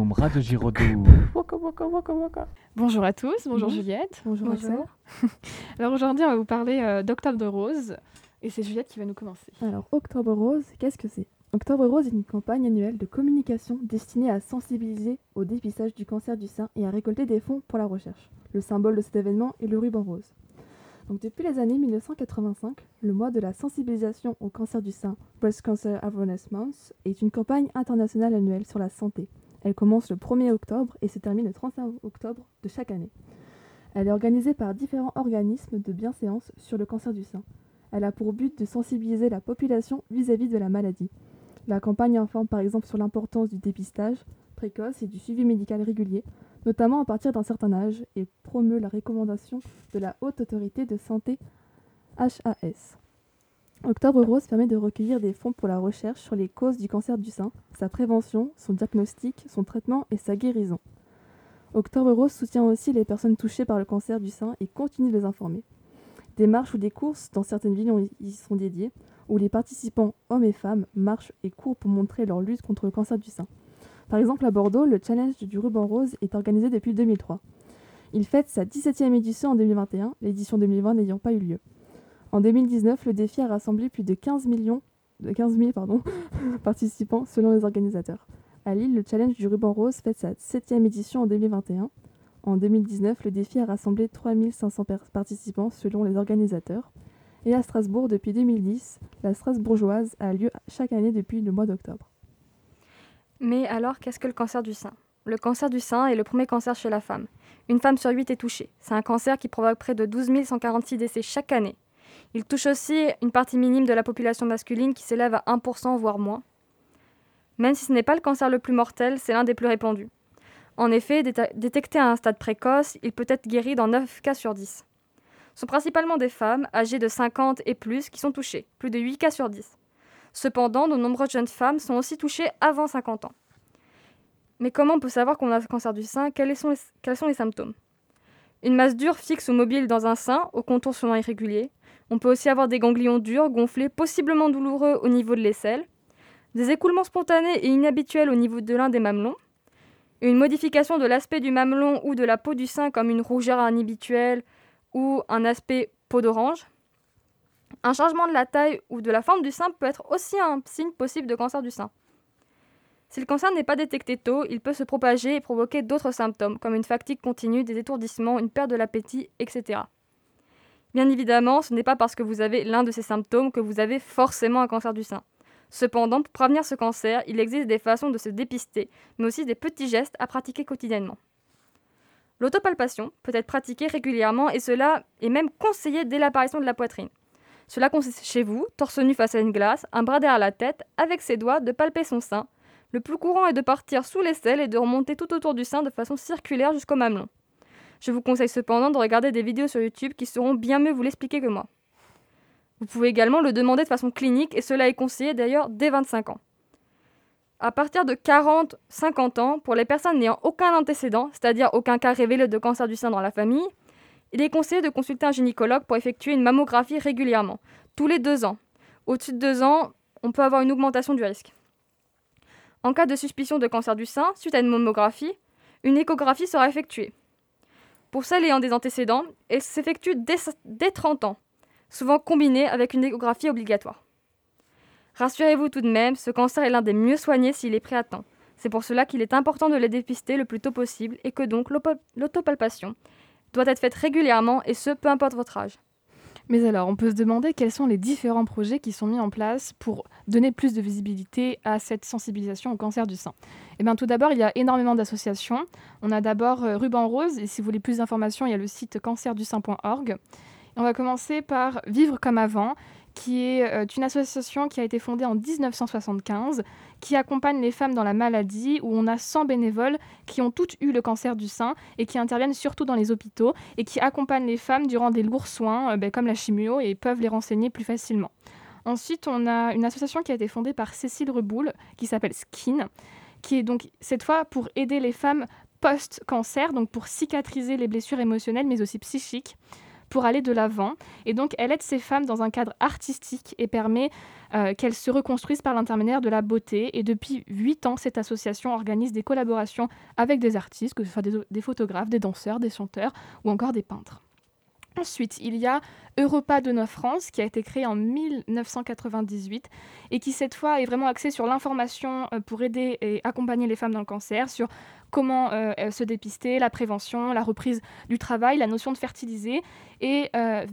from Radio Giraudoux. Waka, waka, waka, waka. Bonjour à tous, bonjour Juliette. Bonjour. Alors aujourd'hui, on va vous parler d'Octobre Rose et c'est Juliette qui va nous commencer. Alors, Octobre Rose, qu'est-ce que c'est ? Octobre Rose est une campagne annuelle de communication destinée à sensibiliser au dépistage du cancer du sein et à récolter des fonds pour la recherche. Le symbole de cet événement est le ruban rose. Donc, depuis les années 1985, le mois de la sensibilisation au cancer du sein, Breast Cancer Awareness Month, est une campagne internationale annuelle sur la santé. Elle commence le 1er octobre et se termine le 31 octobre de chaque année. Elle est organisée par différents organismes de bienséance sur le cancer du sein. Elle a pour but de sensibiliser la population vis-à-vis de la maladie. La campagne informe par exemple sur l'importance du dépistage précoce et du suivi médical régulier, notamment à partir d'un certain âge, et promeut la recommandation de la Haute Autorité de Santé HAS. Octobre Rose permet de recueillir des fonds pour la recherche sur les causes du cancer du sein, sa prévention, son diagnostic, son traitement et sa guérison. Octobre Rose soutient aussi les personnes touchées par le cancer du sein et continue de les informer. Des marches ou des courses dans certaines villes y sont dédiées, où les participants, hommes et femmes, marchent et courent pour montrer leur lutte contre le cancer du sein. Par exemple, à Bordeaux, le challenge du ruban rose est organisé depuis 2003. Il fête sa 17e édition en 2021, l'édition 2020 n'ayant pas eu lieu. En 2019, le défi a rassemblé plus de 15 000 participants selon les organisateurs. À Lille, le challenge du ruban rose fête sa 7e édition en 2021. En 2019, le défi a rassemblé 3 500 participants selon les organisateurs. Et à Strasbourg, depuis 2010, la Strasbourgeoise a lieu chaque année depuis le mois d'octobre. Mais alors, qu'est-ce que le cancer du sein ? Le cancer du sein est le premier cancer chez la femme. Une femme sur 8 est touchée. C'est un cancer qui provoque près de 12 146 décès chaque année. Il touche aussi une partie minime de la population masculine qui s'élève à 1%, voire moins. Même si ce n'est pas le cancer le plus mortel, c'est l'un des plus répandus. En effet, détecté à un stade précoce, il peut être guéri dans 9 cas sur 10. Ce sont principalement des femmes âgées de 50 et plus qui sont touchées, plus de 8 cas sur 10. Cependant, de nombreuses jeunes femmes sont aussi touchées avant 50 ans. Mais comment on peut savoir qu'on a un cancer du sein ? Quels sont les symptômes ? Une masse dure fixe ou mobile dans un sein, aux contours souvent irréguliers. On peut aussi avoir des ganglions durs, gonflés, possiblement douloureux au niveau de l'aisselle. Des écoulements spontanés et inhabituels au niveau de l'un des mamelons. Une modification de l'aspect du mamelon ou de la peau du sein comme une rougeur inhabituelle ou un aspect peau d'orange. Un changement de la taille ou de la forme du sein peut être aussi un signe possible de cancer du sein. Si le cancer n'est pas détecté tôt, il peut se propager et provoquer d'autres symptômes, comme une fatigue continue, des étourdissements, une perte de l'appétit, etc. Bien évidemment, ce n'est pas parce que vous avez l'un de ces symptômes que vous avez forcément un cancer du sein. Cependant, pour prévenir ce cancer, il existe des façons de se dépister, mais aussi des petits gestes à pratiquer quotidiennement. L'autopalpation peut être pratiquée régulièrement et cela est même conseillé dès l'apparition de la poitrine. Cela consiste chez vous, torse nu face à une glace, un bras derrière la tête, avec ses doigts, de palper son sein. Le plus courant est de partir sous l'aisselle et de remonter tout autour du sein de façon circulaire jusqu'au mamelon. Je vous conseille cependant de regarder des vidéos sur YouTube qui sauront bien mieux vous l'expliquer que moi. Vous pouvez également le demander de façon clinique et cela est conseillé d'ailleurs dès 25 ans. À partir de 40-50 ans, pour les personnes n'ayant aucun antécédent, c'est-à-dire aucun cas révélé de cancer du sein dans la famille, il est conseillé de consulter un gynécologue pour effectuer une mammographie régulièrement, tous les 2 ans. Au-dessus de 2 ans, on peut avoir une augmentation du risque. En cas de suspicion de cancer du sein, suite à une mammographie, une échographie sera effectuée. Pour celles ayant des antécédents, elle s'effectue dès 30 ans, souvent combinée avec une échographie obligatoire. Rassurez-vous tout de même, ce cancer est l'un des mieux soignés s'il est pris à temps. C'est pour cela qu'il est important de les dépister le plus tôt possible et que donc l'autopalpation doit être faite régulièrement et ce, peu importe votre âge. Mais alors, on peut se demander quels sont les différents projets qui sont mis en place pour donner plus de visibilité à cette sensibilisation au cancer du sein. Eh bien, tout d'abord, il y a énormément d'associations. On a d'abord Ruban Rose, et si vous voulez plus d'informations, il y a le site cancerdussein.org. On va commencer par Vivre comme avant, qui est une association qui a été fondée en 1975, qui accompagne les femmes dans la maladie, où on a 100 bénévoles qui ont toutes eu le cancer du sein et qui interviennent surtout dans les hôpitaux et qui accompagnent les femmes durant des lourds soins, comme la chimio, et peuvent les renseigner plus facilement. Ensuite, on a une association qui a été fondée par Cécile Reboul, qui s'appelle Skin, qui est donc cette fois pour aider les femmes post-cancer, donc pour cicatriser les blessures émotionnelles mais aussi psychiques, pour aller de l'avant. Et donc, elle aide ces femmes dans un cadre artistique et permet qu'elles se reconstruisent par l'intermédiaire de la beauté. Et depuis 8 ans, cette association organise des collaborations avec des artistes, que ce soit des photographes, des danseurs, des chanteurs ou encore des peintres. Ensuite, il y a Europa Donne France qui a été créé en 1998 et qui cette fois est vraiment axé sur l'information pour aider et accompagner les femmes dans le cancer, sur comment se dépister, la prévention, la reprise du travail, la notion de fertilité. Et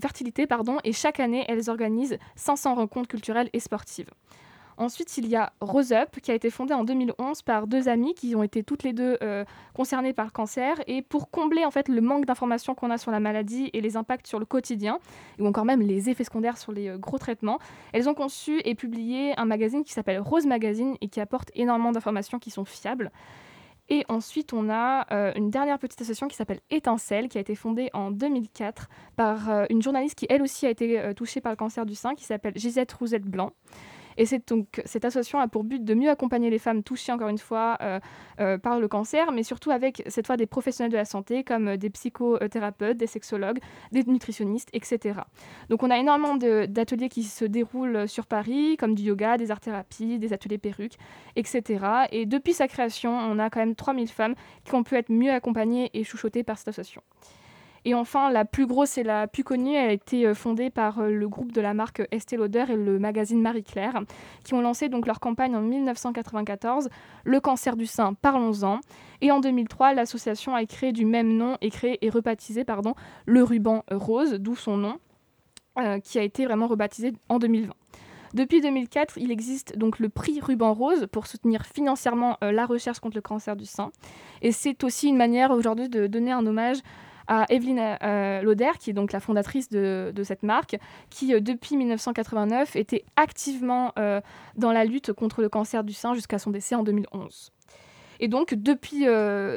chaque année, elles organisent 500 rencontres culturelles et sportives. Ensuite, il y a Rose Up, qui a été fondée en 2011 par 2 amies qui ont été toutes les deux concernées par le cancer. Et pour combler en fait, le manque d'informations qu'on a sur la maladie et les impacts sur le quotidien, ou encore même les effets secondaires sur les gros traitements, elles ont conçu et publié un magazine qui s'appelle Rose Magazine et qui apporte énormément d'informations qui sont fiables. Et ensuite, on a une dernière petite association qui s'appelle Étincelle, qui a été fondée en 2004 par une journaliste qui, elle aussi, a été touchée par le cancer du sein, qui s'appelle Gisette Rouzette-Blanc. Et cette association a pour but de mieux accompagner les femmes touchées, encore une fois, par le cancer, mais surtout avec, cette fois, des professionnels de la santé, comme des psychothérapeutes, des sexologues, des nutritionnistes, etc. Donc, on a énormément d'ateliers qui se déroulent sur Paris, comme du yoga, des arts-thérapies, des ateliers perruques, etc. Et depuis sa création, on a quand même 3000 femmes qui ont pu être mieux accompagnées et chouchoutées par cette association. Et enfin, la plus grosse et la plus connue, elle a été fondée par le groupe de la marque Estée Lauder et le magazine Marie-Claire, qui ont lancé donc leur campagne en 1994, Le cancer du sein, parlons-en. Et en 2003, l'association a créé du même nom et rebaptisé le ruban rose, d'où son nom, qui a été vraiment rebaptisé en 2020. Depuis 2004, il existe donc le prix Ruban Rose pour soutenir financièrement la recherche contre le cancer du sein. Et c'est aussi une manière aujourd'hui de donner un hommage à Evelyne Lauder, qui est donc la fondatrice de cette marque, qui depuis 1989 était activement dans la lutte contre le cancer du sein jusqu'à son décès en 2011. Et donc, depuis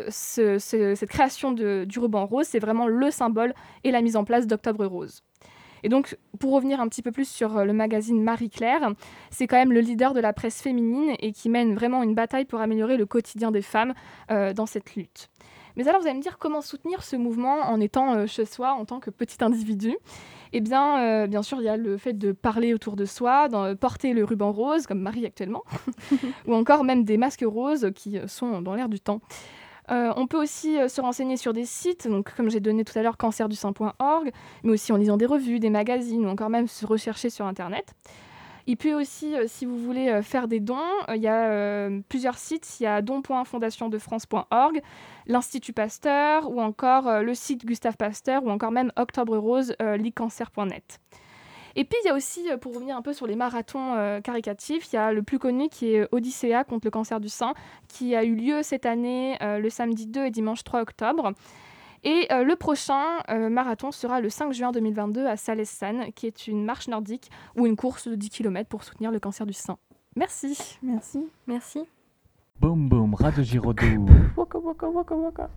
cette création du ruban rose, c'est vraiment le symbole et la mise en place d'Octobre Rose. Et donc, pour revenir un petit peu plus sur le magazine Marie-Claire, c'est quand même le leader de la presse féminine et qui mène vraiment une bataille pour améliorer le quotidien des femmes dans cette lutte. Mais alors, vous allez me dire comment soutenir ce mouvement en étant chez soi, en tant que petit individu. Eh bien, bien sûr, il y a le fait de parler autour de soi, de porter le ruban rose, comme Marie actuellement, ou encore même des masques roses qui sont dans l'air du temps. On peut aussi se renseigner sur des sites, donc, comme j'ai donné tout à l'heure, cancerdusein.org, mais aussi en lisant des revues, des magazines, ou encore même se rechercher sur Internet. Il peut aussi, si vous voulez faire des dons, il y a plusieurs sites. Il y a don.fondationdefrance.org, l'Institut Pasteur, ou encore le site Gustave Pasteur, ou encore même Octobre Rose, licancer.net. Et puis, il y a aussi, pour revenir un peu sur les marathons caritatifs, il y a le plus connu qui est Odyssea contre le cancer du sein, qui a eu lieu cette année le samedi 2 et dimanche 3 octobre. Et le prochain marathon sera le 5 juin 2022 à Salessan, qui est une marche nordique ou une course de 10 km pour soutenir le cancer du sein. Merci. Merci. Merci. Boum boum, Radio Giraudoux. Waka waka waka waka.